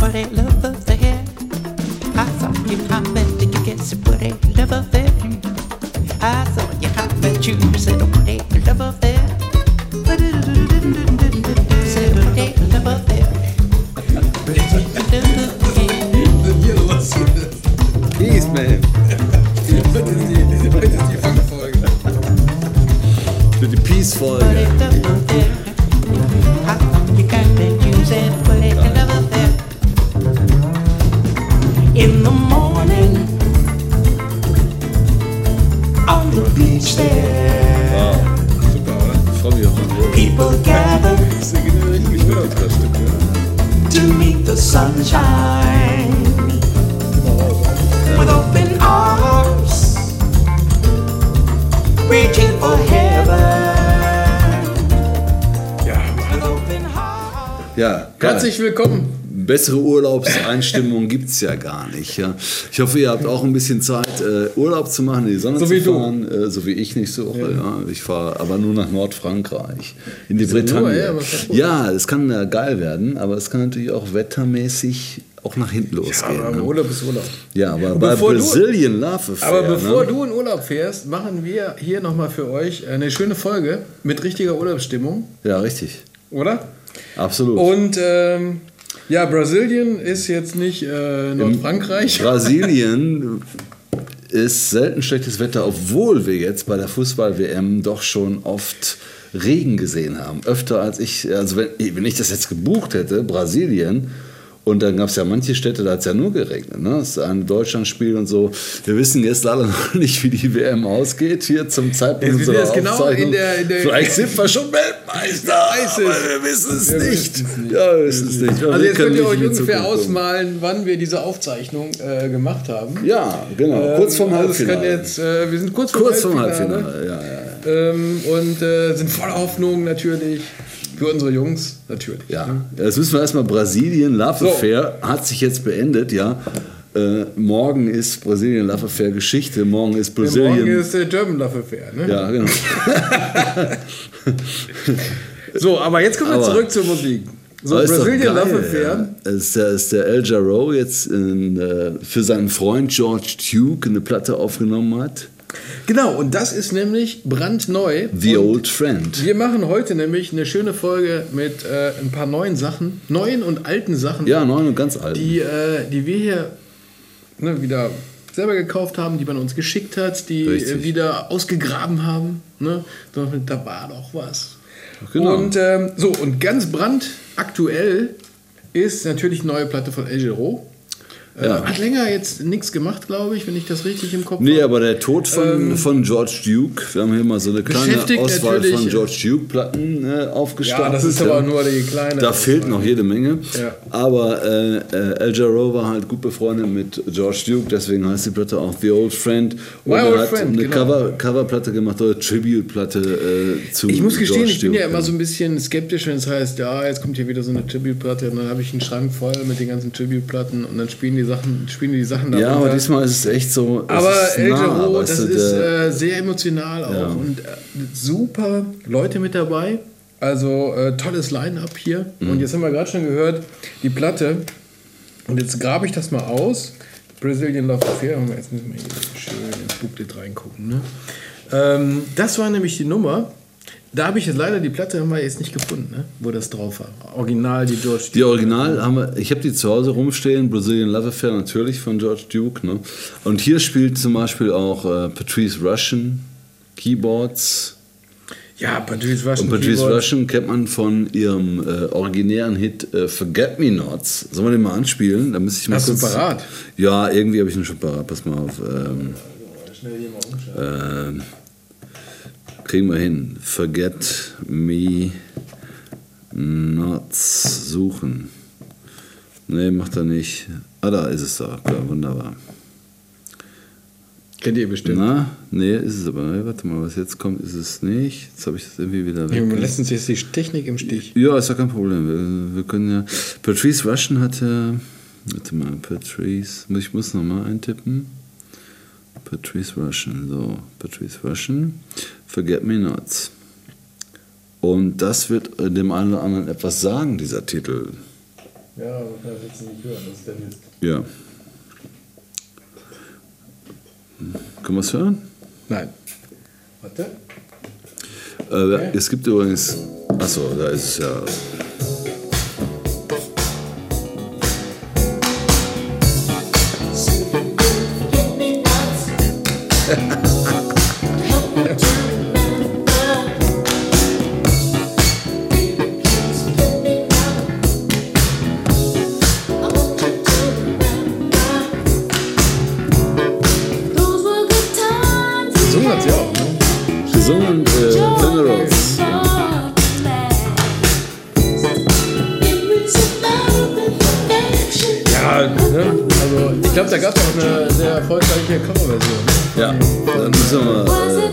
pretty love affair. I saw you hop and you get a pretty love affair. I saw you hop and you said a pretty love affair. Said a pretty love affair. Peace, man. Heute ist die Fangfolge. Für die Peace-Folge. In the morning, on the beach there, Ja, super, oder? Ich freue mich auf den people gather Ich singe richtig gut, das Stück, ja. to meet the sunshine with open arms, reaching for heaven with open hearts. Ja, geil. Herzlich willkommen. Bessere Urlaubseinstimmung gibt es ja gar nicht. Ja. Ich hoffe, ihr habt auch ein bisschen Zeit, Urlaub zu machen, in die Sonne So zu wie du. fahren. So wie ich nächste Woche. Ja. Ich fahre aber nur nach Nordfrankreich, in die Wieso nur? Bretagne. Ja, was ist das? Ja, es kann geil werden, aber es kann natürlich auch wettermäßig auch nach hinten losgehen. Aber ne? Urlaub ist Urlaub. Ja, aber Und bei bevor du- Brazilian Love Affair, Aber bevor ne? du in Urlaub fährst, machen wir hier nochmal für euch eine schöne Folge mit richtiger Urlaubsstimmung, Ja, richtig. oder? Absolut. Und ja, Brasilien ist jetzt nicht Nordfrankreich. Brasilien ist selten schlechtes Wetter, obwohl wir jetzt bei der Fußball-WM doch schon oft Regen gesehen haben. Öfter als ich, also wenn ich das jetzt gebucht hätte, Brasilien, und dann gab es ja manche Städte, da hat es ja nur geregnet. Ne? Das ist ein Deutschlandspiel und so. Wir wissen jetzt leider noch nicht, wie die WM ausgeht, hier zum Zeitpunkt Wir sind unserer jetzt genau Aufzeichnung. in der- Vielleicht sind wir schon Weltmeister, aber wir wissen es nicht. Ja, wir wissen es nicht. Also jetzt könnt ihr euch in die ungefähr Zukunft gucken. ausmalen, wann wir diese Aufzeichnung gemacht haben. Ja, genau. Kurz vorm Also es kann Halbfinale. jetzt, wir sind kurz Vorm Halbfinale. Halbfinale, ja. Und sind voller Hoffnung natürlich für unsere Jungs, natürlich. Ja, jetzt müssen wir erstmal Brasilien Love So. Affair hat sich jetzt beendet, ja. Morgen ist Brasilien Love Affair Geschichte, morgen ist Brasilien. Morgen ist der German Love Affair, ne? Ja, genau. So, aber jetzt kommen wir Aber- zurück zur Musik. So, Aber ist doch Brazilian geil, Love Affair. ja. Ist der El Jarreau jetzt für seinen Freund George Duke eine Platte aufgenommen hat. Genau, und das ist nämlich brandneu. The Und Old Friend. wir machen heute nämlich eine schöne Folge mit ein paar neuen Sachen, neuen und alten Sachen, Ja, neu und ganz alt. die wir hier wieder selber gekauft haben, die man uns geschickt hat, die Richtig. wieder ausgegraben haben. Ne? So, da war doch was. Genau. Und und ganz brandaktuell ist natürlich eine neue Platte von El Jarreau. Ja. Hat länger jetzt nichts gemacht, glaube ich, wenn ich das richtig im Kopf Nee, habe. aber der Tod von George Duke, wir haben hier mal so eine kleine Beschäftigt Auswahl natürlich- von George Duke-Platten aufgestapelt. Ja, das ist aber nur die kleine. Da fehlt noch jede Menge. Ja. Aber El Jarreau war halt gut befreundet mit George Duke, deswegen heißt die Platte auch The Old Friend. Und My er Old hat Friend, eine genau. Coverplatte gemacht oder Tribute-Platte zu Ich muss gestehen, George ich bin ja Duke, immer so ein bisschen skeptisch, wenn es heißt, ja, jetzt kommt hier wieder so eine Tribute-Platte und dann habe ich einen Schrank voll mit den ganzen Tribute-Platten und dann spielen die Sachen darunter. Ja, aber diesmal ist es echt so. es Aber ist El nah, Jarreau, weißt das du, ist der- sehr emotional auch Ja. und super Leute mit dabei. Also tolles Line-Up hier. Mhm. Und jetzt haben wir gerade schon gehört, die Platte. Und jetzt grabe ich das mal aus. Brazilian Love Affair. Und jetzt müssen wir hier schön ins Booklet reingucken. Ne? Das war nämlich die Nummer. Da habe ich jetzt leider die Platte haben wir jetzt nicht gefunden, ne? Wo das drauf war. Original, die George Die Original haben wir, ich habe die zu Hause rumstehen, Brazilian Love Affair natürlich von George Duke. Ne? Und hier spielt zum Beispiel auch Patrice Rushen Keyboards. Ja, Patrice Rushen. Und Patrice Keyboards. Rushen kennt man von ihrem originären Hit Forget Me Nots. Sollen wir den mal anspielen? Da müsste ich mal Hast du kurz. parat? Ja, irgendwie habe ich ihn schon parat. Pass mal auf. Schnell hier mal umschauen. Kriegen wir hin. Forget Me Nots suchen. Nee, macht er nicht. Ah, da ist es da. Klar, wunderbar. Kennt ihr bestimmt. Na, nee, ist es aber. Nee, warte mal, was jetzt kommt, ist es nicht. Jetzt habe ich das irgendwie wieder weg. Wir lassen uns jetzt die Technik im Stich. Ja, ist ja kein Problem. Wir können ja. Patrice Rushen hatte. Warte mal, Patrice. Ich muss nochmal eintippen. Patrice Rushen. So, Patrice Rushen. Forget Me Nots. Und das wird dem einen oder anderen etwas sagen, dieser Titel. Ja, aber das willst du nicht hören, das ist der Mist. Ja. Können wir es hören? Nein. Warte. Es gibt übrigens. Achso, da ist es ja. Gesungen hat sie auch, ne? Gesungen Thunder Roads. Ja, ne? Also ich glaube, da gab es auch eine sehr erfolgreiche Coverversion. Ne? Ja, dann müssen wir.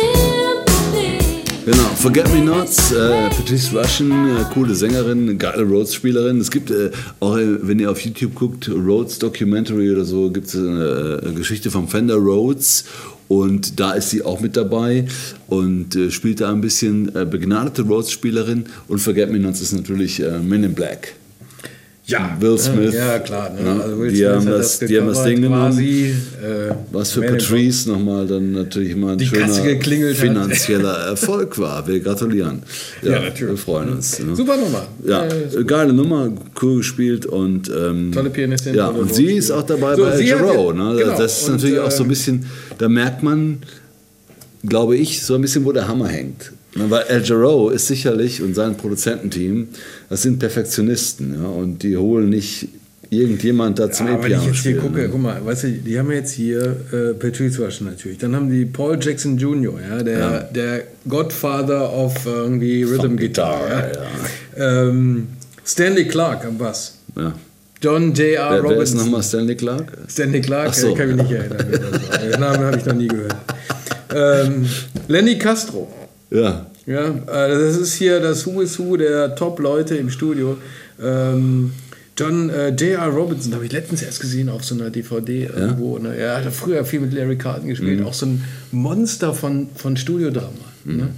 Genau, Forget Me Nots, Patrice Rushen, coole Sängerin, geile Rhodes-Spielerin. Es gibt auch, wenn ihr auf YouTube guckt, Rhodes Documentary oder so, gibt es eine Geschichte von Fender Rhodes und da ist sie auch mit dabei und spielt da ein bisschen begnadete Rhodes-Spielerin und Forget Me Nots ist natürlich Men in Black. Ja, Will Smith. Ja, klar. Ne? Ja, Also Will die Smith haben hat das Ding quasi, genommen. Was für Man in Patrice nochmal dann natürlich mal ein Die Kasse schöner geklingelt hat. finanzieller Erfolg war. Wir gratulieren. Ja, natürlich. Wir freuen uns. Ne? Super Nummer. Ja, geile Nummer, cool gespielt und tolle Pianistin. ja, tolle und sie ist auch dabei So, bei sie El hat Giro. jetzt- Ne? genau. Das ist Und, natürlich auch so ein bisschen, da merkt man, glaube ich, so ein bisschen, wo der Hammer hängt. Ne, weil El Giro ist sicherlich und sein Produzententeam, das sind Perfektionisten, ja, und die holen nicht irgendjemand da zum Ja, wenn ich E-Piano jetzt hier spielen. gucke, Ne? guck mal, weißt du, die haben jetzt hier Patrice Rushen natürlich. Dann haben die Paul Jackson Jr., ja, der Godfather of irgendwie Rhythm Guitar. Ja. Stanley Clarke am Bass. Ja. John J.R. Wer ist Robinson. nochmal Stanley Clarke? Stanley Clarke, Ach so. ich kann mich nicht erinnern. Den Namen habe ich noch nie gehört. Lenny Castro. Ja. Ja, das ist hier das Who is Who der Top-Leute im Studio. John J.R. Robinson habe ich letztens erst gesehen auf so einer DVD irgendwo. Ne? Er hat früher viel mit Larry Carlton gespielt. Auch so ein Monster von Studiodrama. Ne?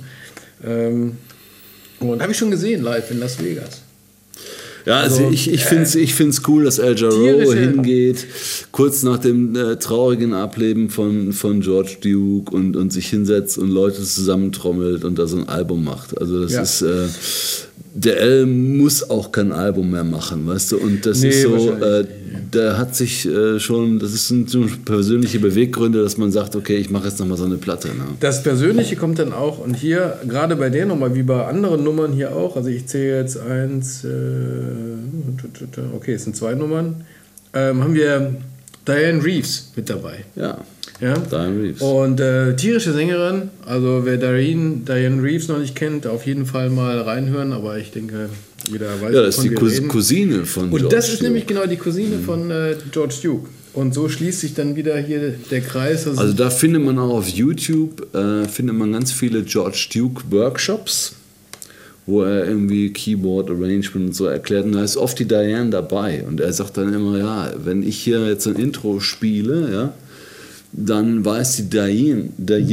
Und habe ich schon gesehen live in Las Vegas. Ja, also ich finde es cool, dass El Giro hingeht, kurz nach dem traurigen Ableben von George Duke und sich hinsetzt und Leute zusammentrommelt und da so ein Album macht. Also das ist, der El muss auch kein Album mehr machen, weißt du, und das ist so, der hat sich schon, das sind so persönliche Beweggründe, dass man sagt, okay, ich mache jetzt nochmal so eine Platte. Ne? Das Persönliche kommt dann auch, und hier, gerade bei der Nummer, wie bei anderen Nummern hier auch, also ich zähle jetzt eins, okay, es sind 2 Nummern, haben wir Diane Reeves mit dabei. Ja, Ja? Diane Reeves. Und tierische Sängerin, also wer Diane Reeves noch nicht kennt, auf jeden Fall mal reinhören, aber ich denke, jeder weiß, Ja, das ist die wovon wir reden. Cousine von George Und das ist Duke. nämlich genau die Cousine von George Duke. Und so schließt sich dann wieder hier der Kreis. Also da findet man auch auf YouTube findet man ganz viele George Duke Workshops, wo er irgendwie Keyboard Arrangement und so erklärt. Und da ist oft die Diane dabei. Und er sagt dann immer, ja, wenn ich hier jetzt ein Intro spiele, ja, dann weiß die Diane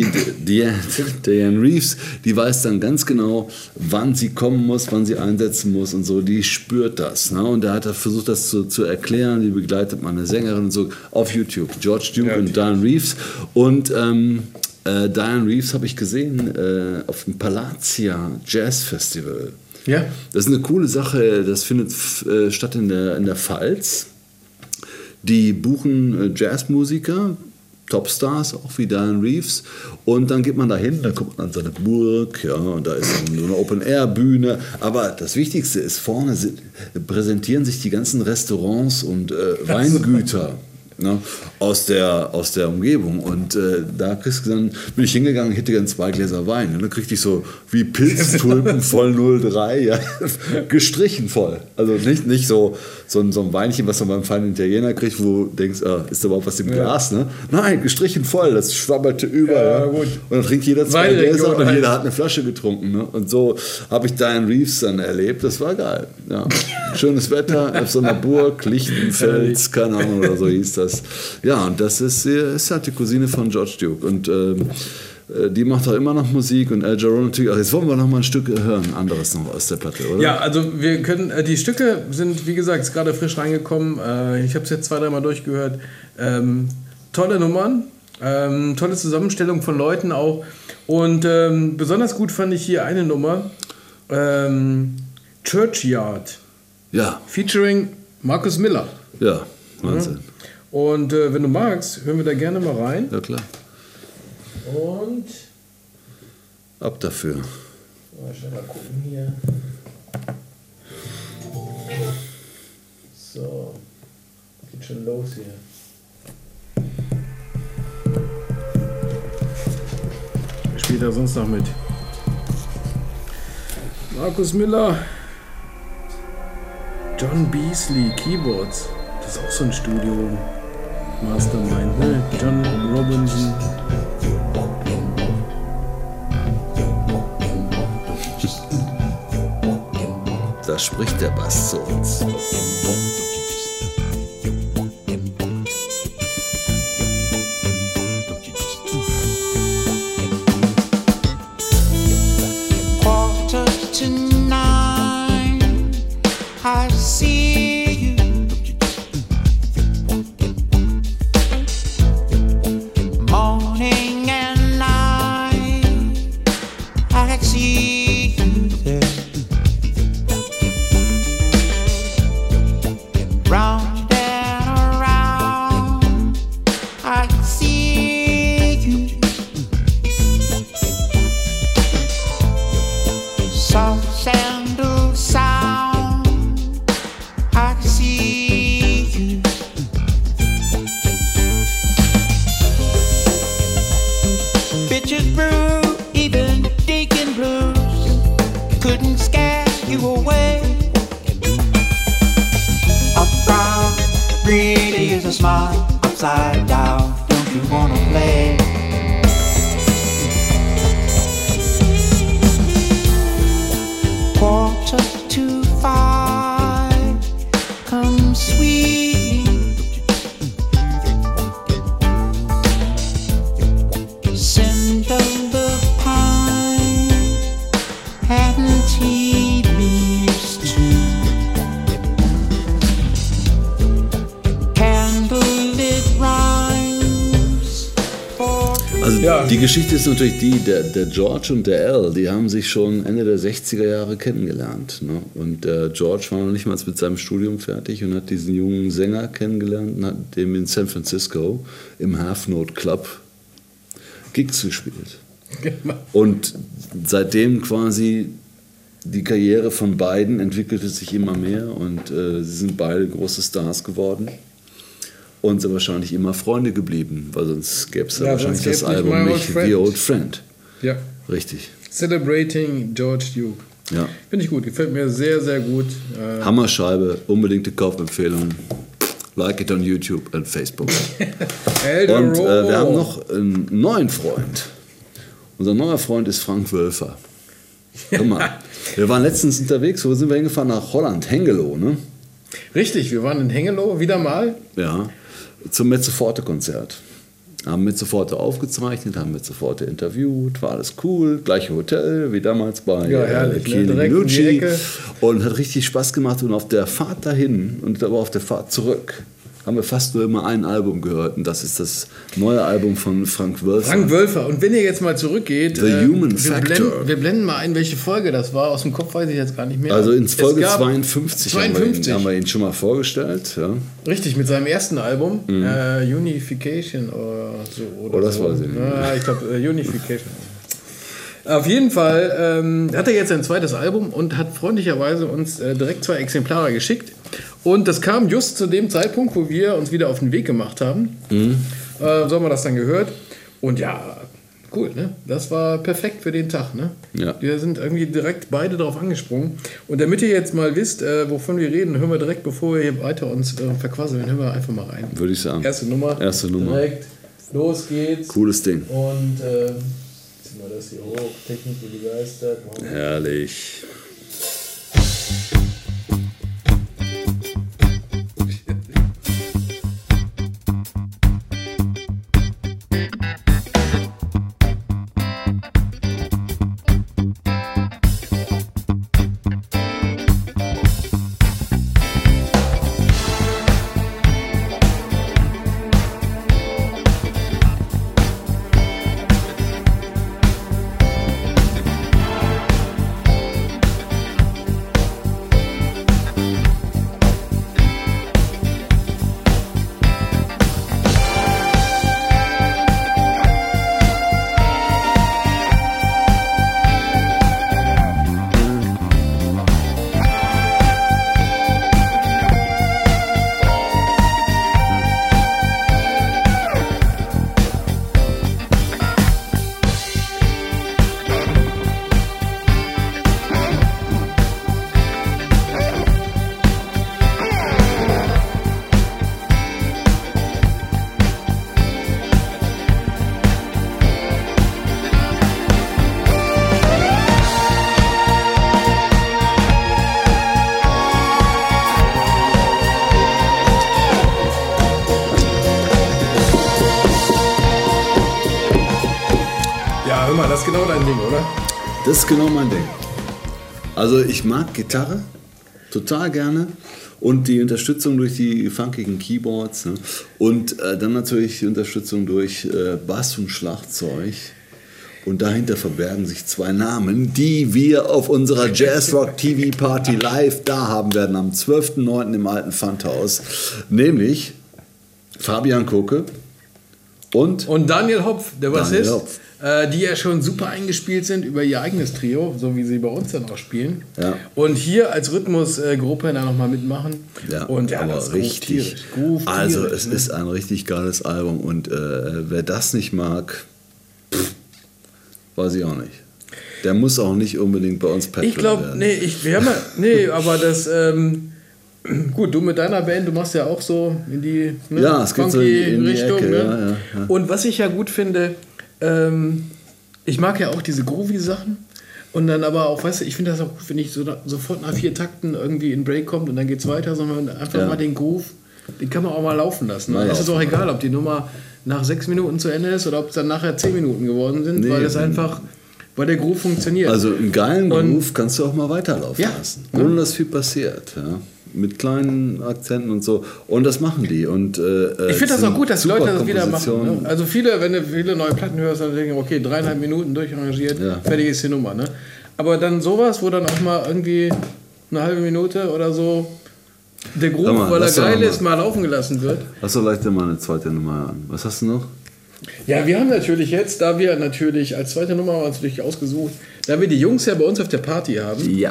Reeves, die weiß dann ganz genau, wann sie kommen muss, wann sie einsetzen muss und so, die spürt das. Ne? Und da hat er versucht, das zu erklären, die begleitet mal eine Sängerin und so auf YouTube. George Duke und Diane Reeves. Und Diane Reeves habe ich gesehen auf dem Palazia Jazz Festival. Ja. Das ist eine coole Sache, das findet statt in der Pfalz. Die buchen Jazzmusiker, Topstars, auch wie Diane Reeves. Und dann geht man da hin, dann kommt man an seine Burg, ja, und da ist dann so eine Open-Air-Bühne. Aber das Wichtigste ist, vorne präsentieren sich die ganzen Restaurants und Weingüter. Ne, aus der Umgebung. Und da bin ich hingegangen, hätte gern 2 Gläser Wein. Und dann kriegte ich so wie Pilztulpen voll 03, ja, gestrichen voll. Also nicht so ein Weinchen, was man beim feinen Italiener kriegt, wo du denkst, ist da überhaupt was im Glas? Ne? Nein, gestrichen voll, das schwabberte über. Ja. Gut. Und dann trinkt jeder 2 Gläser und jeder hat eine Flasche getrunken. Ne? Und so habe ich Diane Reeves dann erlebt. Das war geil. Ja. Schönes Wetter auf so einer Burg, Lichtenfels, keine Ahnung oder so hieß das. Ja, und das ist halt die Cousine von George Duke. Und Die macht doch immer noch Musik und El Jarreau natürlich auch. Jetzt wollen wir noch mal ein Stück hören, anderes noch aus der Platte, oder? Ja, also wir können, die Stücke sind, wie gesagt, gerade frisch reingekommen. Ich habe es jetzt 2-3 Mal durchgehört. Tolle Nummern, tolle Zusammenstellung von Leuten auch. Und besonders gut fand ich hier eine Nummer, Churchyard, Ja, featuring Marcus Miller. ja, Wahnsinn. Und wenn du magst, hören wir da gerne mal rein. Ja, klar. Und Ab dafür. mal schnell mal gucken hier. So, geht schon los hier. Wer spielt da sonst noch mit? Marcus Miller, John Beasley, Keyboards. Das ist auch so ein Studio Mastermind, ne? John Robinson. Da spricht der Bass zu uns. Quarter to 9, I see you. Morning and night, I see you there. Round and around, I see you. Soft sandal sound, I see you. Bitches brew, even Deacon blues couldn't scare you away. A frown really is a smile upside down. Don't you wanna play? Quarter to 5, come sweetly. Cinder pine and tea leaves too. Candlelit rhymes for Also Ja. die Geschichte ist natürlich die, der George und der Al, die haben sich schon Ende der 60er Jahre kennengelernt. Ne? Und der George war noch nicht mal mit seinem Studium fertig und hat diesen jungen Sänger kennengelernt und hat dem in San Francisco im Half Note Club Gigs gespielt. Und seitdem quasi die Karriere von beiden entwickelte sich immer mehr und sie sind beide große Stars geworden. Und sind wahrscheinlich immer Freunde geblieben, weil sonst gäbe es ja, Ja, wahrscheinlich sonst das gäbe es nicht Album My Old nicht Friend. The Old Friend. Ja, Richtig. Celebrating George Duke. Ja. Finde ich gut, gefällt mir sehr, sehr gut. Hammerscheibe, unbedingte Kaufempfehlung. Like it on YouTube und Facebook. El Und Jarreau. wir haben noch einen neuen Freund. Unser neuer Freund ist Frank Wölfer. Guck mal, wir waren letztens unterwegs, wo sind wir hingefahren? Nach Holland, Hengelo, ne? Richtig, wir waren in Hengelo wieder mal. Ja, zum Mezzoforte-Konzert. Haben Mezzoforte aufgezeichnet, haben Mezzoforte interviewt, war alles cool, gleiche Hotel wie damals bei Ja, herrlich, ne? Chieli Direkt um die Minucci. Ecke. Und hat richtig Spaß gemacht. Und auf der Fahrt dahin und aber auf der Fahrt zurück haben wir fast nur immer ein Album gehört. Und das ist das neue Album von Frank Wölfer. Frank Wölfer. Und wenn ihr jetzt mal zurückgeht, The Human Factor. Wir blenden mal ein, welche Folge das war. Aus dem Kopf weiß ich jetzt gar nicht mehr. Also in Es Folge gab 52, 52. haben wir ihn schon mal vorgestellt. Ja. Richtig, mit seinem ersten Album, Unification oder so. Oh, das weiß ich nicht mehr. Ja, ich glaube, Unification. Auf jeden Fall hat er jetzt ein zweites Album und hat freundlicherweise uns direkt 2 Exemplare geschickt. Und das kam just zu dem Zeitpunkt, wo wir uns wieder auf den Weg gemacht haben. So haben wir das dann gehört. Und ja, cool, ne? Das war perfekt für den Tag, ne? Ja. Wir sind irgendwie direkt beide darauf angesprungen. Und damit ihr jetzt mal wisst, wovon wir reden, hören wir direkt, bevor wir hier weiter uns verquasseln, hören wir einfach mal rein. Würde ich sagen. Erste Nummer. Erste Nummer. Direkt. Los geht's. Cooles Ding. Und ziehen wir das hier hoch. Technik begeistert. Herrlich. genau dein Ding, oder? Das ist genau mein Ding. Also ich mag Gitarre total gerne und die Unterstützung durch die funkigen Keyboards, ne? Und dann natürlich die Unterstützung durch Bass und Schlagzeug. Und dahinter verbergen sich zwei Namen, die wir auf unserer Jazzrock TV Party live da haben werden am 12.09. im alten Pfandhaus. Nämlich Fabian Kucke und Daniel Hopf, der Bassist, Daniel Hopf. Die ja schon super eingespielt sind über ihr eigenes Trio, so wie sie bei uns dann auch spielen. Ja. Und hier als Rhythmusgruppe da nochmal mitmachen. Ja, und ja, aber das richtig. Also es ist ein richtig geiles Album und wer das nicht mag, weiß ich auch nicht. Der muss auch nicht unbedingt bei uns Patron Ich glaube, werden. aber das, gut, du mit deiner Band, du machst ja auch so in die Ja, es geht so in die Richtung. Ecke, Ne? ja. Und was ich ja gut finde, ich mag ja auch diese Groovy-Sachen. Und dann aber auch, weißt du, ich finde das auch gut, wenn ich sofort nach 4 Takten irgendwie in Break kommt und dann geht's weiter, sondern einfach mal den Groove, den kann man auch mal laufen lassen. Ne? Es ist auch egal, ob die Nummer nach 6 Minuten zu Ende ist oder ob es dann nachher 10 Minuten geworden sind, weil der Groove funktioniert. Also einen geilen Groove kannst du auch mal weiterlaufen lassen, ohne dass viel passiert. Ja? Mit kleinen Akzenten und so. Und das machen die. Und, ich finde das auch gut, dass Leute das wieder machen. Ne? Also wenn du viele neue Platten hörst, dann denken, okay, 3,5 Minuten durcharrangiert, fertig ist die Nummer. Ne? Aber dann sowas, wo dann auch mal irgendwie eine halbe Minute oder so der Groove, weil er geil ist, mal laufen gelassen wird. Lass doch leicht mal eine zweite Nummer an. Was hast du noch? Ja, wir haben natürlich jetzt, da wir natürlich als zweite Nummer haben wir uns natürlich ausgesucht, da wir die Jungs ja bei uns auf der Party haben. Ja.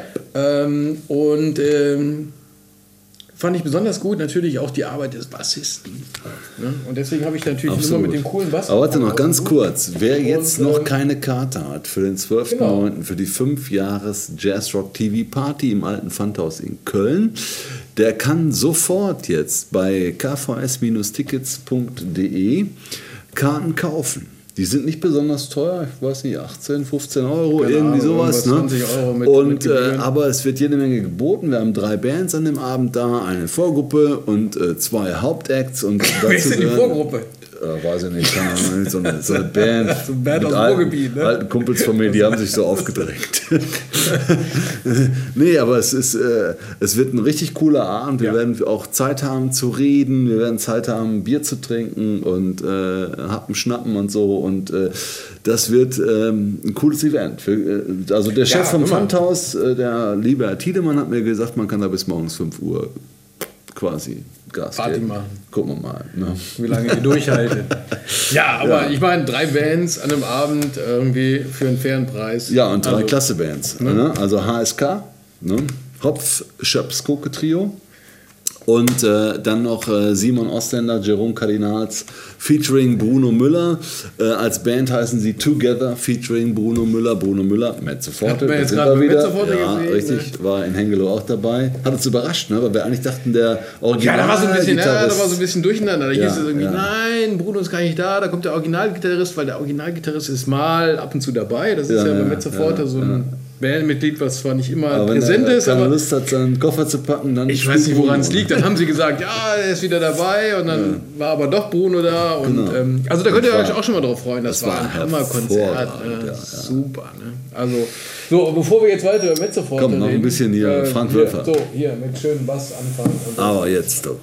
Fand ich besonders gut natürlich auch die Arbeit des Bassisten. Ne? Und deswegen habe ich natürlich immer mit dem coolen Bass. Aber warte noch ganz kurz. Wer jetzt noch keine Karte hat für den 12.09. für die 5-Jahres Jazzrock TV Party im alten Pfandhaus in Köln, der kann sofort jetzt bei kvs-tickets.de Karten kaufen. Die sind nicht besonders teuer, ich weiß nicht, 18, 15 Euro, irgendwie sowas. 20 Euro mit aber es wird jede Menge geboten. Wir haben 3 Bands an dem Abend da, eine Vorgruppe und 2 Hauptacts. Wer ist denn die Vorgruppe? Weiß ich nicht, keine Ahnung, so eine Band. So eine Band aus dem Ruhrgebiet, ne? Alten Kumpels von mir, die haben sich so aufgedrängt. Nee, aber es wird ein richtig cooler Abend. Wir werden auch Zeit haben zu reden, wir werden Zeit haben, Bier zu trinken und Happen schnappen und so. Und das wird ein cooles Event. Also der Chef vom Pfandhaus, der liebe Herr Tiedemann, hat mir gesagt, man kann da bis morgens 5 Uhr quasi Gas Party geben. machen. Gucken wir mal. Ne? Wie lange die durchhalten. Ja, aber ich meine, 3 Bands an einem Abend irgendwie für einen fairen Preis. Ja, und 3 Klasse-Bands. Ne? Also HSK, ne? Hopf, Schöps, Koke Trio. Und dann noch Simon Ostländer, Jerome Cardinals featuring Bruno Müller. Als Band heißen sie Together featuring Bruno Müller, Mezzo Forte. Hat man jetzt gerade mit Mezzo Forte gesehen, richtig, ne? War in Hengelo auch dabei. Hat uns überrascht, ne? Weil wir eigentlich dachten, der Original. Ja, da war so ein bisschen durcheinander. Da hieß es irgendwie, nein, Bruno ist gar nicht da kommt der Originalgitarrist, weil der Originalgitarrist ist mal ab und zu dabei. Das ist ja bei Mezzo Forte so ein Bandmitglied, was zwar nicht immer präsent ist, aber Lust hat, seinen Koffer zu packen, dann ich weiß nicht, woran es liegt. Dann haben sie gesagt, ja, er ist wieder dabei und dann war aber doch Bruno da. Und, also da könnt ihr euch auch schon mal drauf freuen. Das war ein Hammerkonzert. Super. Ne? Also, so, bevor wir jetzt weiter über Mezzo Forte reden. Komm, noch ein bisschen hier, Frank Wölfer. So, hier, mit schönem Bass anfangen. Aber jetzt doch.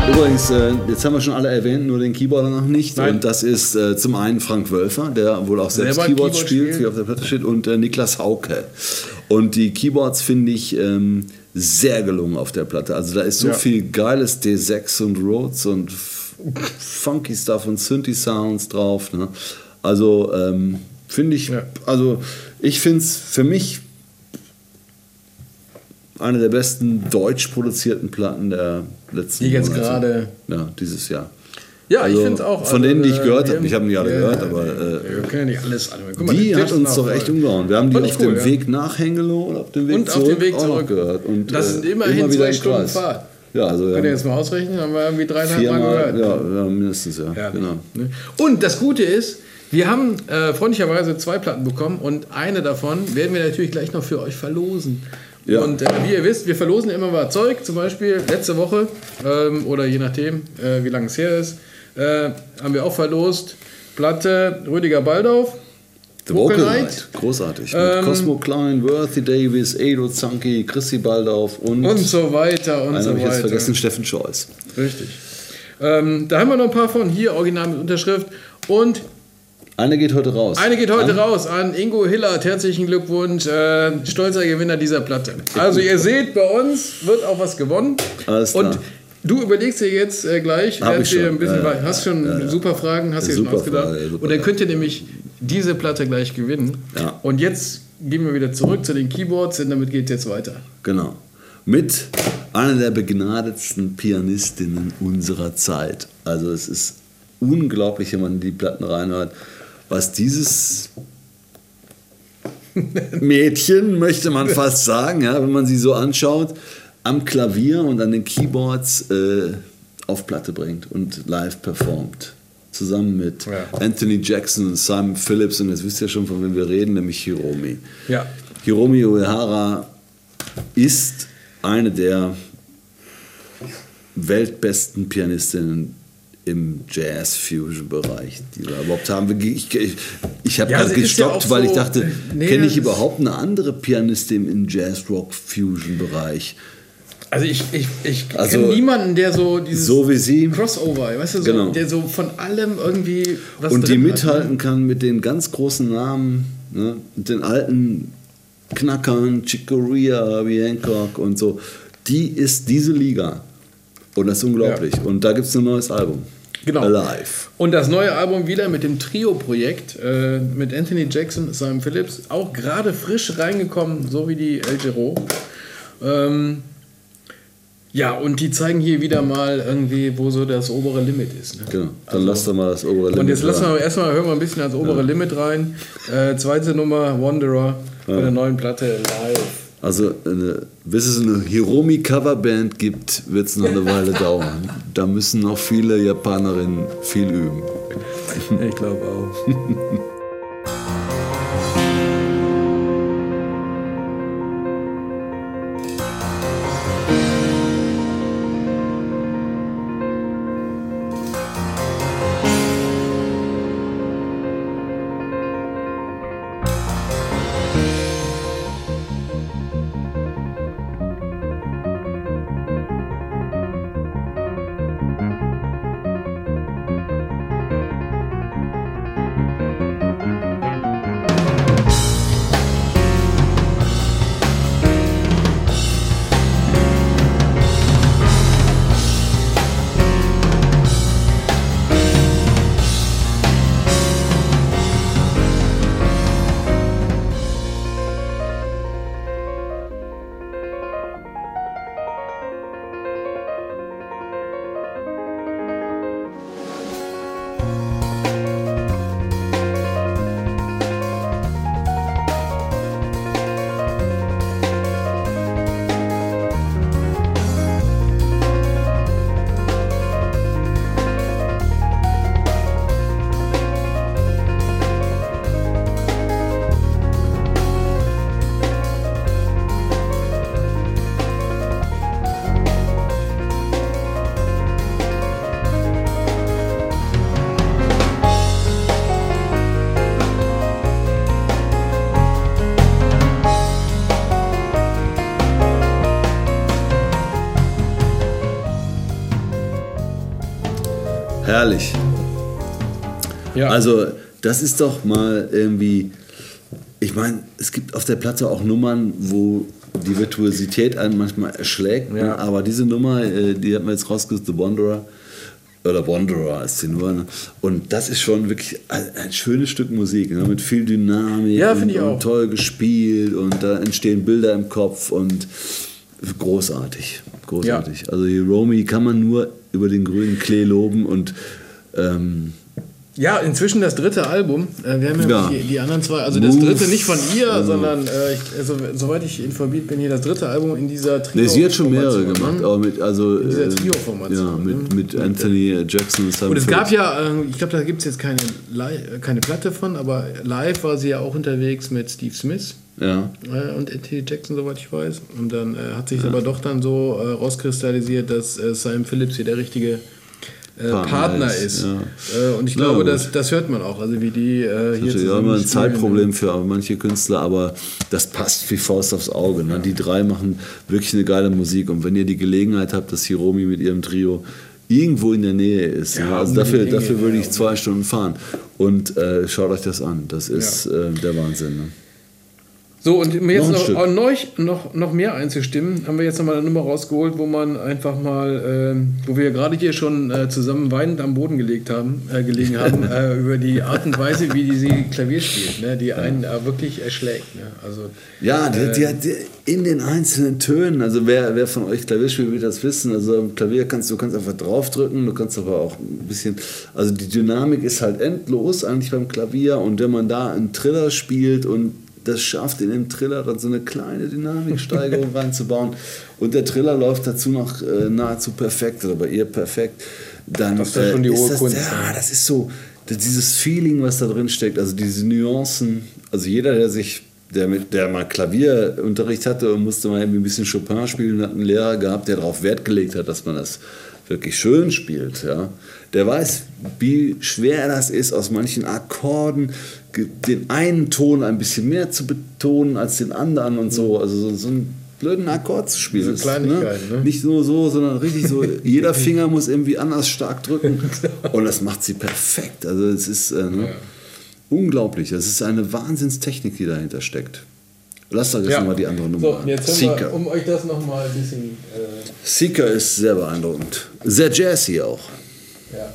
Übrigens, jetzt haben wir schon alle erwähnt, nur den Keyboarder noch nicht. Nein. Und das ist zum einen Frank Wölfer, der wohl auch selbst Selber Keyboards Keyboard spielt, spielt. wie auf der Platte steht, und Niklas Hauke. Und die Keyboards finde ich sehr gelungen auf der Platte. Also da ist so Ja. viel geiles D6 und Rhodes und funky Stuff und Synthi-Sounds drauf. Ne? Also finde ich, Ja. also ich finde es für mich eine der besten deutsch produzierten Platten der letzten Die jetzt Monate. gerade. Ja, dieses Jahr. Ja, Also, ich finde es auch. von denen, die ich gehört wir- habe, ich habe nicht alle ja, gehört, ja, aber wir können ja nicht alles an. Guck mal, die den hat Text uns noch doch echt umgehauen. Wir haben die Fand auf ich cool, dem ja. Weg nach Hengelo und auf dem Weg Und auf zurück dem Weg auch noch zurück. gehört. Und, Das sind immerhin immer wieder 2 im Stunden Kreis. Fahrt. Ja, also wir Könnt ihr haben jetzt mal ausrechnen, haben wir irgendwie 3,5 Mal viermal, gehört. ja, mindestens, ja. Herrlich, Genau. ne? Und das Gute ist, wir haben freundlicherweise 2 Platten bekommen und eine davon werden wir natürlich gleich noch für euch verlosen. Ja. Und wie ihr wisst, wir verlosen immer mal Zeug. Zum Beispiel letzte Woche oder je nachdem, wie lange es her ist, haben wir auch verlost Platte Rüdiger Baldauf. The Vocal Vocal Night, Night. großartig. Mit Cosmo Klein, Worthy Davis, Edo Zanki, Chrissy Baldauf und So weiter und einen so habe ich jetzt weiter. vergessen, Steffen Scholz. Richtig. Da haben wir noch ein paar von. Hier, Original mit Unterschrift. Und Eine geht heute raus. eine geht heute raus an Ingo Hillert. Herzlichen Glückwunsch. Stolzer Gewinner dieser Platte. Also ihr seht, bei uns wird auch was gewonnen. Alles klar. Und du überlegst dir jetzt gleich, Hab während ich wir schon. ein bisschen Ja, hast schon super Fragen, hast du dir schon Super ausgedacht. Frage, super Und dann Frage. könnt ihr nämlich diese Platte gleich gewinnen. Ja. Und jetzt gehen wir wieder zurück zu den Keyboards, denn damit geht es jetzt weiter. Genau. Mit einer der begnadetsten Pianistinnen unserer Zeit. Also es ist unglaublich, wenn man in die Platten reinhört, was dieses Mädchen, möchte man fast sagen, ja, wenn man sie so anschaut, am Klavier und an den Keyboards auf Platte bringt und live performt. Zusammen mit Ja. Anthony Jackson und Simon Phillips, und jetzt wisst ihr schon, von wem wir reden, nämlich Hiromi. Ja. Hiromi Uehara ist eine der weltbesten Pianistinnen im Jazz-Fusion-Bereich, die wir überhaupt haben. Ich habe Ja, gerade sie ist ja gestockt, auch weil so- ich dachte, Nee, kenne ich das ist- überhaupt eine andere Pianistin im Jazz-Rock-Fusion-Bereich? Also ich Also, kenne niemanden, der so dieses So wie sie. Crossover, weißt du, so, Genau. der so von allem irgendwie was Und die drin mithalten hat. kann mit den ganz großen Namen, ne? Mit den alten Knackern, Chick Corea, wie Hancock und so. Die ist diese Liga. Und das ist unglaublich. Und da gibt es ein neues Album. Genau. Alive. Und das neue Album wieder mit dem Trio-Projekt mit Anthony Jackson, Simon Phillips, auch gerade frisch reingekommen, so wie die El Giro. Ja, und die zeigen hier wieder mal irgendwie, wo so das obere Limit ist. Ne? Genau. Dann lasst doch mal das obere Limit. Und jetzt lassen hören. wir erstmal hören wir ein bisschen ans obere Limit rein. Zweite Nummer, Wanderer, bei der neuen Platte Live. Also, bis es eine Hiromi-Coverband gibt, wird es noch eine Weile dauern. Da müssen noch viele Japanerinnen viel üben. Ich glaube auch. Herrlich. Ja. Also, das ist doch mal irgendwie. Ich meine, es gibt auf der Platte auch Nummern, wo die Virtuosität einen manchmal erschlägt. Ja. Ne? Aber diese Nummer, die hat man jetzt rausgesucht, The Wanderer. Oder Wanderer ist sie nur. Ne? Und das ist schon wirklich ein schönes Stück Musik, ne? Mit viel Dynamik Ja, finde ich auch. und toll gespielt. Und da entstehen Bilder im Kopf und großartig. Großartig. Also Hiromi kann man nur über den grünen Klee loben und ja, inzwischen das dritte Album. Wir haben ja die anderen zwei, also das dritte nicht von ihr, sondern soweit ich informiert bin, hier das dritte Album in dieser Trio-Formation. Sie hat schon mehrere gemacht, aber mit, also, in dieser Trio-Formation. Ja, mit Anthony Jackson. Und es gab ja, ich glaube, da gibt es jetzt keine Platte von, aber live war sie ja auch unterwegs mit Steve Smith. Ja. Und Anthony Jackson, soweit ich weiß. Und dann hat sich aber doch dann so rauskristallisiert, dass Simon Phillips hier der richtige Partner ist. Ja. Und ich glaube, das hört man auch. Also wie die hier das ist ja immer ein Zeitproblem für manche Künstler, aber das passt wie Faust aufs Auge. Ne? Ja. Die drei machen wirklich eine geile Musik. Und wenn ihr die Gelegenheit habt, dass Hiromi mit ihrem Trio irgendwo in der Nähe ist, ja, also dafür würde ich 2 Stunden fahren. Und schaut euch das an. Das ist der Wahnsinn. Ne? So, und um jetzt noch mehr einzustimmen, haben wir jetzt nochmal eine Nummer rausgeholt, wo man einfach mal, wo wir gerade hier schon zusammen weinend am Boden gelegen haben, über die Art und Weise, wie sie Klavier spielt, ne, die einen wirklich erschlägt. Ne? Also, ja, die hat in den einzelnen Tönen, also wer von euch Klavier spielt, wird das wissen, also am Klavier du kannst einfach draufdrücken, du kannst aber auch ein bisschen, also die Dynamik ist halt endlos eigentlich beim Klavier und wenn man da einen Triller spielt und das schafft in dem Triller dann so eine kleine Dynamiksteigerung reinzubauen und der Triller läuft dazu noch nahezu perfekt oder bei ihr perfekt, dann das ist schon die hohe Kunst. Ja, das ist so, dieses Feeling, was da drin steckt, also diese Nuancen, also jeder, der mal Klavierunterricht hatte und musste mal irgendwie ein bisschen Chopin spielen, hat einen Lehrer gehabt, der darauf Wert gelegt hat, dass man das wirklich schön spielt, ja. Der weiß, wie schwer das ist, aus manchen Akkorden den einen Ton ein bisschen mehr zu betonen als den anderen und so. Also so einen blöden Akkord zu spielen. So Kleinigkeiten, ne? Nicht nur so, sondern richtig so, jeder Finger muss irgendwie anders stark drücken. Und das macht sie perfekt. Also es ist unglaublich. Das ist eine Wahnsinnstechnik, die dahinter steckt. Lasst euch jetzt nochmal die andere Nummer so, an. Jetzt Seeker. Um euch das nochmal ein bisschen... Seeker ist sehr beeindruckend. Sehr jazzy auch. Ja.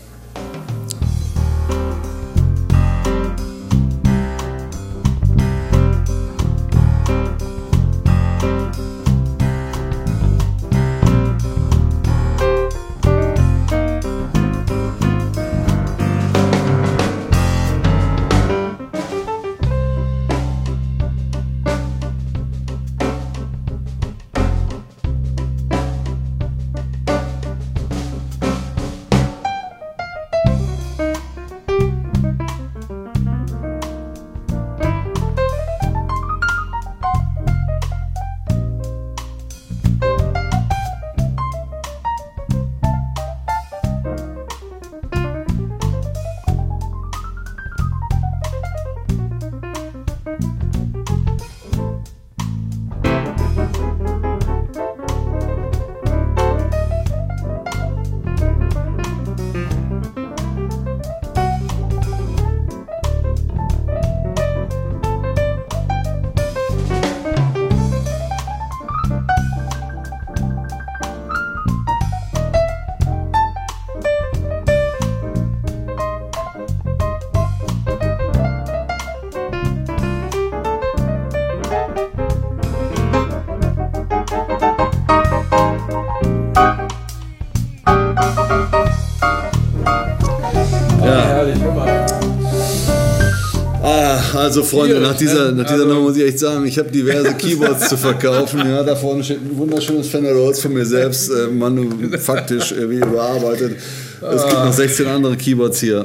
Also Freunde, nach dieser Nummer muss ich echt sagen, ich habe diverse Keyboards zu verkaufen. Ja, da vorne steht ein wunderschönes Fender Rhodes von mir selbst, manufaktisch überarbeitet. Es gibt noch 16 andere Keyboards hier.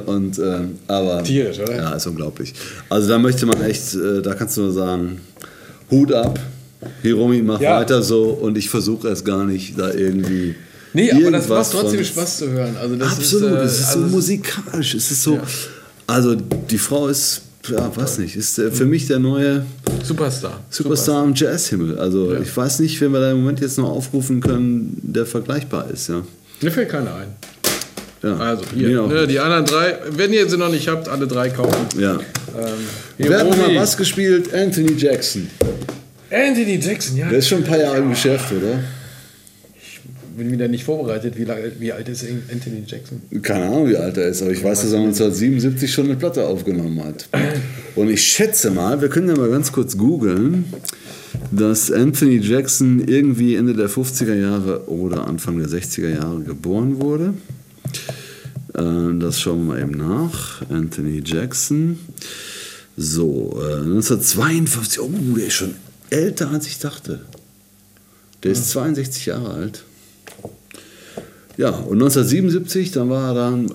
Aber tierisch, oder? Ja, ist unglaublich. Also da möchte man echt, da kannst du nur sagen, Hut ab, Hiromi, mach weiter so und ich versuche es gar nicht, da irgendwie... Nee, aber das macht trotzdem Spaß zu hören. Also das absolut, es ist so musikalisch, es ist so... Ja. Also die Frau ist... Ja, weiß nicht. Ist für mich der neue Superstar am Jazzhimmel. Also ich weiß nicht, wenn wir da im Moment jetzt noch aufrufen können, der vergleichbar ist. Ja. Mir fällt keiner ein. Ja. Also Mir hier, auch ne, die anderen 3, wenn ihr sie noch nicht habt, alle 3 kaufen. Ja. Hier, Wer hat Romy. nochmal Bass gespielt? Anthony Jackson. Anthony Jackson, ja. Der ist schon ein paar Jahre im Geschäft, oder? Bin wieder nicht vorbereitet, wie alt ist Anthony Jackson? Keine Ahnung, wie alt er ist, aber ich weiß, dass er 1977 schon eine Platte aufgenommen hat. Und ich schätze mal, wir können ja mal ganz kurz googeln, dass Anthony Jackson irgendwie Ende der 50er Jahre oder Anfang der 60er Jahre geboren wurde. Das schauen wir mal eben nach. Anthony Jackson. So, 1952. Oh, der ist schon älter, als ich dachte. Der ist 62 Jahre alt. Ja, und 1977, dann war er dann,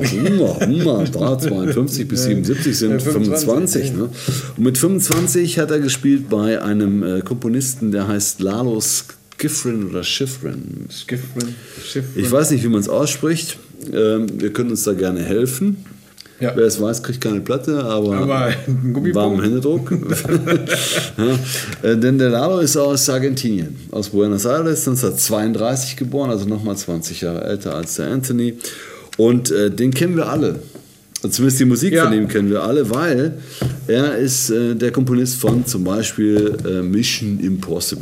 52 bis 77 sind 25. Ne? Und mit 25 hat er gespielt bei einem Komponisten, der heißt Lalo Schifrin oder Schifrin. Schifrin. Ich weiß nicht, wie man es ausspricht. Wir können uns da gerne helfen. Ja. Wer es weiß, kriegt keine Platte, aber ein Gummipunkt. warmen Händedruck. Ja. Denn der Lalo ist aus Argentinien, aus Buenos Aires, 1932 geboren, also nochmal 20 Jahre älter als der Anthony. Und den kennen wir alle. Zumindest die Musik von ihm kennen wir alle, weil er ist der Komponist von zum Beispiel Mission Impossible.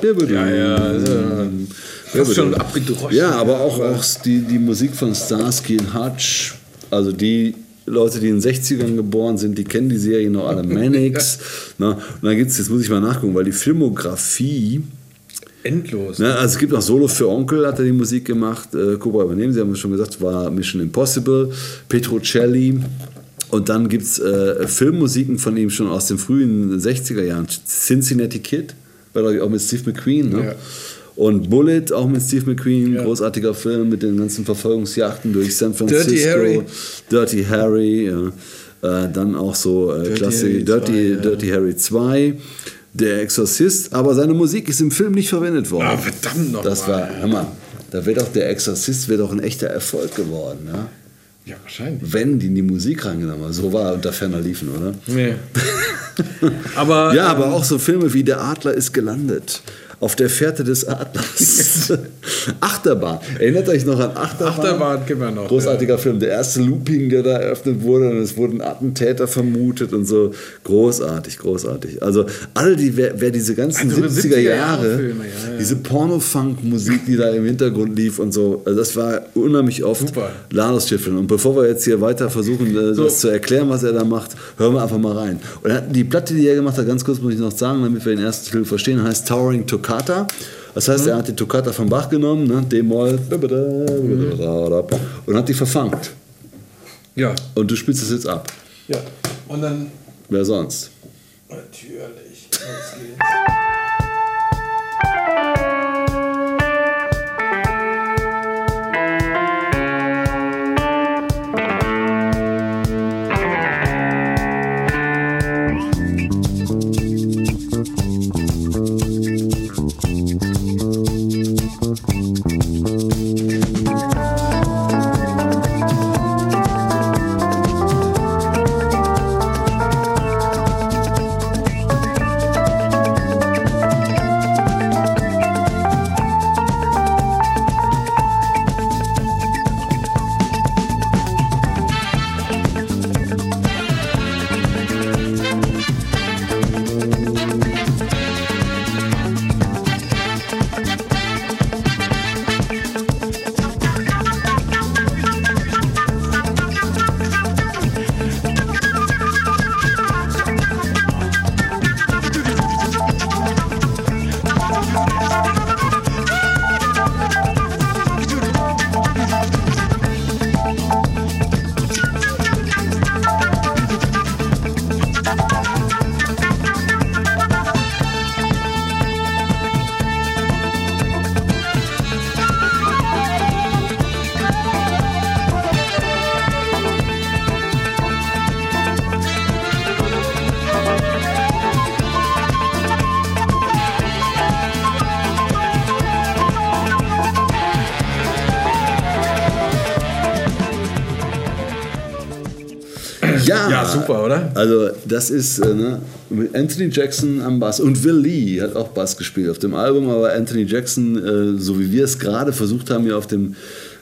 Das ist schon abgedroschen. Ja, aber auch die Musik von Starsky und Hutch, also die Leute, die in den 60ern geboren sind, die kennen die Serie noch alle. Mannix. Na, und dann gibt es, jetzt muss ich mal nachgucken, weil die Filmografie endlos. Ne, also es gibt noch Solo für Onkel, hat er die Musik gemacht. Cobra übernehmen, Sie haben schon gesagt, war Mission Impossible, Petrocelli. Und dann gibt es Filmmusiken von ihm schon aus den frühen 60er Jahren. Cincinnati Kid, war glaube ich auch mit Steve McQueen. Ne? Ja. Und Bullet, auch mit Steve McQueen, großartiger Film mit den ganzen Verfolgungsjachten durch San Francisco. Dirty Harry, ja. Dann auch so Klassik, Dirty Harry 2. Der Exorzist, aber seine Musik ist im Film nicht verwendet worden. Ah, verdammt noch. Das war, hör mal, da wäre doch der Exorzist ein echter Erfolg geworden, ja? Ja, wahrscheinlich. Wenn die in die Musik reingenommen haben. So war unter Ferner liefen, oder? Nee. Aber, ja, aber auch so Filme wie Der Adler ist gelandet. Auf der Fährte des Adlers. Achterbahn. Erinnert euch noch an Achterbahn? Achterbahn kennen wir noch. Großartiger Film. Der erste Looping, der da eröffnet wurde, und es wurden Attentäter vermutet und so. Großartig, großartig. Also alle, wer diese ganzen 70er Jahre, Filme, diese Porno-Funk-Musik, die da im Hintergrund lief und so, also das war unheimlich oft Lanos Schifrin. Und bevor wir jetzt hier weiter versuchen, das zu erklären, was er da macht, hören wir einfach mal rein. Und die Platte, die er gemacht hat, ganz kurz muss ich noch sagen, damit wir den ersten Titel verstehen, heißt Towering Toccata. Das heißt, er hat die Toccata von Bach genommen, ne, D-Moll, und hat die verfunkt. Ja. Und du spielst es jetzt ab. Ja. Und dann. Wer sonst? Natürlich. Los geht's. Ja, super, oder? Also das ist mit Anthony Jackson am Bass und Will Lee hat auch Bass gespielt auf dem Album, aber Anthony Jackson, so wie wir es gerade versucht haben, hier auf dem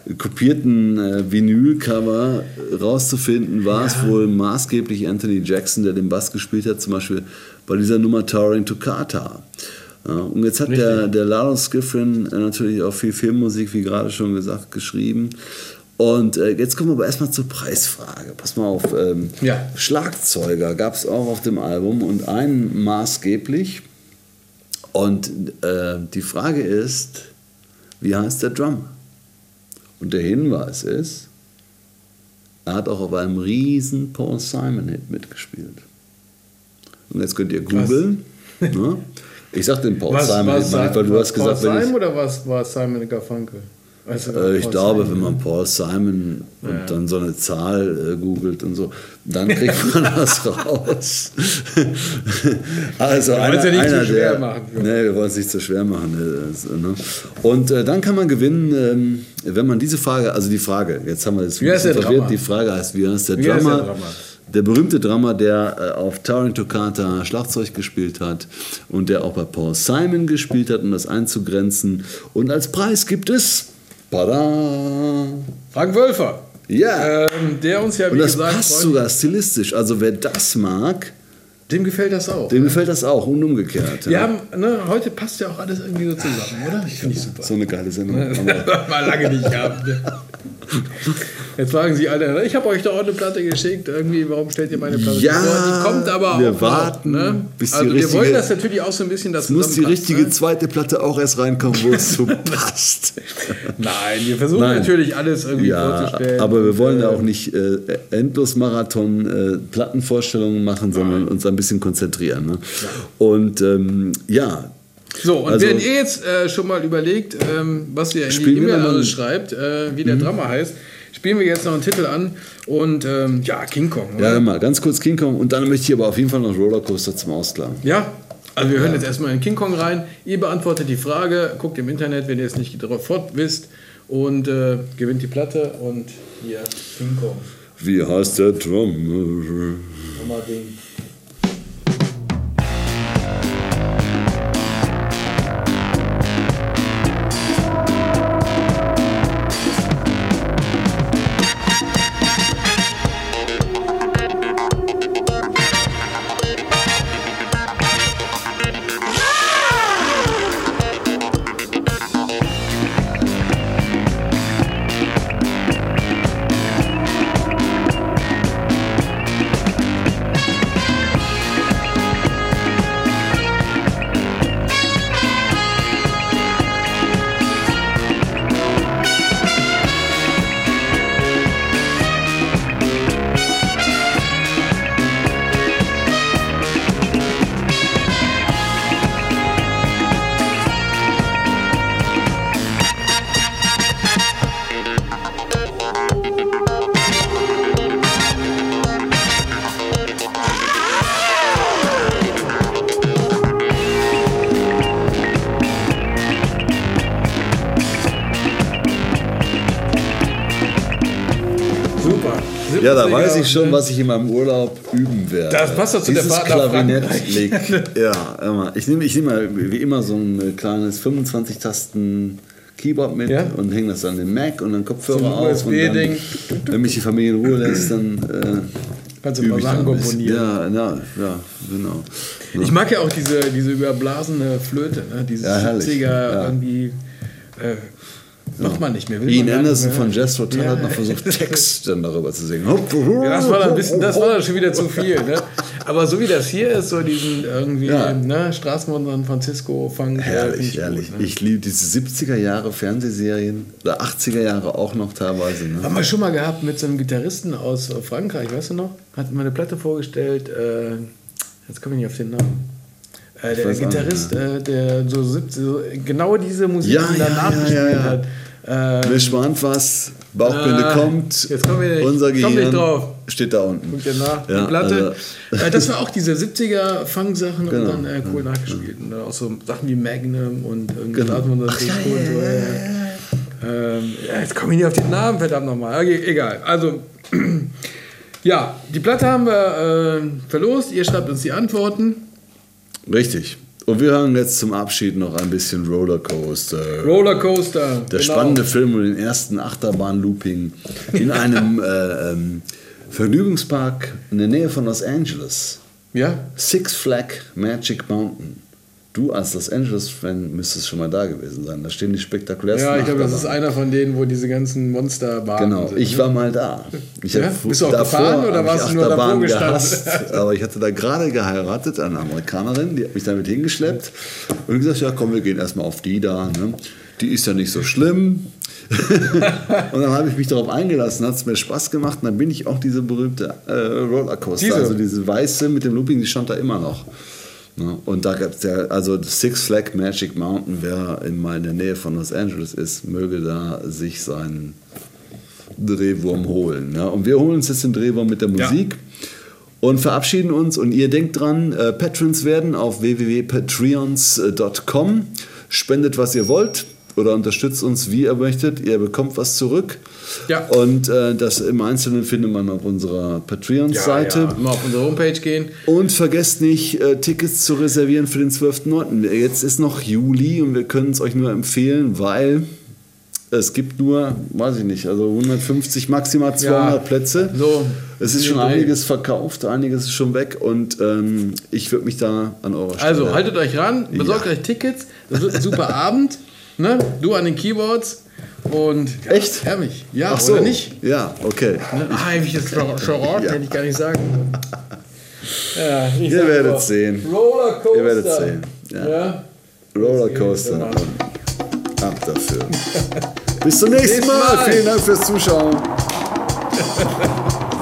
kopierten Vinylcover rauszufinden, war es wohl maßgeblich Anthony Jackson, der den Bass gespielt hat, zum Beispiel bei dieser Nummer Towering Toccata. Ja, und jetzt hat der Lalo Schifrin natürlich auch viel Filmmusik, wie gerade schon gesagt, geschrieben. Und jetzt kommen wir aber erstmal zur Preisfrage. Pass mal auf, Schlagzeuger gab es auch auf dem Album und einen maßgeblich. Und die Frage ist, wie heißt der Drummer? Und der Hinweis ist, er hat auch auf einem riesen Paul Simon-Hit mitgespielt. Und jetzt könnt ihr googeln. Ne? Ich sag den Paul Simon, weil du hast gesagt, Paul Simon oder war Simon Garfunkel? Ich glaube, wenn man Paul Simon und dann so eine Zahl googelt und so, dann kriegt man das raus. Also wir wollen es ja nicht zu schwer machen. Nee, wir wollen es nicht zu schwer machen. Ne? Und dann kann man gewinnen, wenn man diese Frage, also die Frage, jetzt haben wir das ein bisschen verwirrt, die Frage heißt, wie heißt der Drummer? Der berühmte Drummer, der auf Towering Toccata Schlagzeug gespielt hat und der auch bei Paul Simon gespielt hat, um das einzugrenzen. Und als Preis gibt es Tada! Frank Wölfer. Ja. Der uns ja, wie und das gesagt, passt sogar stilistisch. Also wer das mag, dem gefällt das auch. Dem gefällt das auch und umgekehrt. Wir haben, heute passt ja auch alles irgendwie so zusammen, oder? Ich finde ich super. So eine geile Sendung. Mal lange nicht gehabt. Ne? Jetzt fragen Sie alle, ich habe euch doch auch eine Platte geschickt, irgendwie, warum stellt ihr meine Platte vor? Die kommt aber wir auch warten, noch, ne? bis die also richtige, wir wollen das natürlich auch so ein bisschen dazu muss die richtige zweite Platte auch erst reinkommen, wo es so passt. Nein, wir versuchen natürlich alles irgendwie vorzustellen. Aber wir wollen ja auch nicht endlos Marathon Plattenvorstellungen machen, sondern uns ein bisschen konzentrieren. Ne? Ja. Und so, und wenn ihr jetzt schon mal überlegt, was ihr in die E-Mail schreibt, wie der Drummer heißt, spielen wir jetzt noch einen Titel an und King Kong. Oder? Ja, mal ganz kurz King Kong und dann möchte ich aber auf jeden Fall noch Rollercoaster zum Ausklang. Ja, also wir hören jetzt erstmal in King Kong rein. Ihr beantwortet die Frage, guckt im Internet, wenn ihr es nicht sofort wisst und gewinnt die Platte und hier King Kong. Wie heißt der Drummer? Nochmal Ding. Ja, da weiß ich schon, was ich in meinem Urlaub üben werde. Das passt doch zu der Fahrt nach Frankreich. Ja, ich nehme mal wie immer so ein kleines 25-Tasten Keyboard mit und hänge das an den Mac und dann Kopfhörer so auf. Und dann, wenn mich die Familie in Ruhe lässt, dann kannst du mal Sachen komponieren. Ja, genau. Ja. Ich mag ja auch diese überblasene Flöte, ne? Diese 70er irgendwie. Macht man nicht mehr. Ian Anderson von Jethro Tull hat noch versucht, Text dann darüber zu singen. Ja, das war dann schon wieder zu viel. Ne? Aber so wie das hier ist, so diesen irgendwie Straßenbahn San Francisco Funk. Herrlich. Gut, ne? Ich liebe diese 70er Jahre Fernsehserien oder 80er Jahre auch noch teilweise. Ne? Haben wir schon mal gehabt mit so einem Gitarristen aus Frankreich, weißt du noch? Hat mir eine Platte vorgestellt, jetzt komme ich nicht auf den Namen. Der Gitarrist, der so genau diese Musik danach gespielt hat. Wer spannt was, Bauchbinde kommt, jetzt unser Gehirn drauf. Steht da unten. Guckt ihr nach, die Platte. Das war auch diese 70er Funk-Sachen und dann cool nachgespielt. Und auch so Sachen wie Magnum und irgendwie jetzt komme ich nicht auf den Namen, verdammt nochmal. Egal. Also, die Platte haben wir verlost. Ihr schreibt uns die Antworten. Richtig. Und wir hören jetzt zum Abschied noch ein bisschen Rollercoaster. Rollercoaster. Der spannende Film über den ersten Achterbahn-Looping in einem Vergnügungspark in der Nähe von Los Angeles. Ja? Six Flag Magic Mountain. Du als Los Angeles-Fan müsstest schon mal da gewesen sein. Da stehen die spektakulärsten Ja, ich glaube, das ist Achterbahnen. einer von denen, wo diese ganzen Monsterbahnen Genau, sind. ich war mal da. Ja? Bist du auch gefahren oder warst du nur davor gestanden? Aber ich hatte da gerade geheiratet, eine Amerikanerin, die hat mich damit hingeschleppt und gesagt, ja komm, wir gehen erstmal auf die da. Ne? Die ist ja nicht so schlimm. Und dann habe ich mich darauf eingelassen, hat es mir Spaß gemacht und dann bin ich auch diese berühmte Rollercoaster, also diese weiße mit dem Looping, die stand da immer noch. Ja, und da gab es ja, also Six Flag Magic Mountain, wer in der Nähe von Los Angeles ist, möge da sich seinen Drehwurm holen. Ja. Und wir holen uns jetzt den Drehwurm mit der Musik und verabschieden uns. Und ihr denkt dran, Patrons werden auf www.patreons.com. Spendet, was ihr wollt oder unterstützt uns, wie ihr möchtet. Ihr bekommt was zurück. Ja. Und das im Einzelnen findet man auf unserer Patreon-Seite. Ja. Mal auf unsere Homepage gehen. Und vergesst nicht, Tickets zu reservieren für den 12.9. Jetzt ist noch Juli und wir können es euch nur empfehlen, weil es gibt nur, weiß ich nicht, also 150, maximal 200 Plätze. So, es ist schon einiges verkauft, einiges ist schon weg und ich würde mich da an eurer Stelle... Also haltet euch ran, besorgt euch Tickets, das wird ein super Abend. Ne? Du an den Keyboards. Und echt? Herrlich. Ja, ach so. Oder nicht? Ja, okay. Ne? Ich das Charlotte, hätte ich gar nicht sagen. Ja, ihr werdet sehen. Rollercoaster. Ihr werdet sehen. Ja. Rollercoaster. Ja. Ab dafür. Bis zum nächsten Mal. Vielen Dank fürs Zuschauen.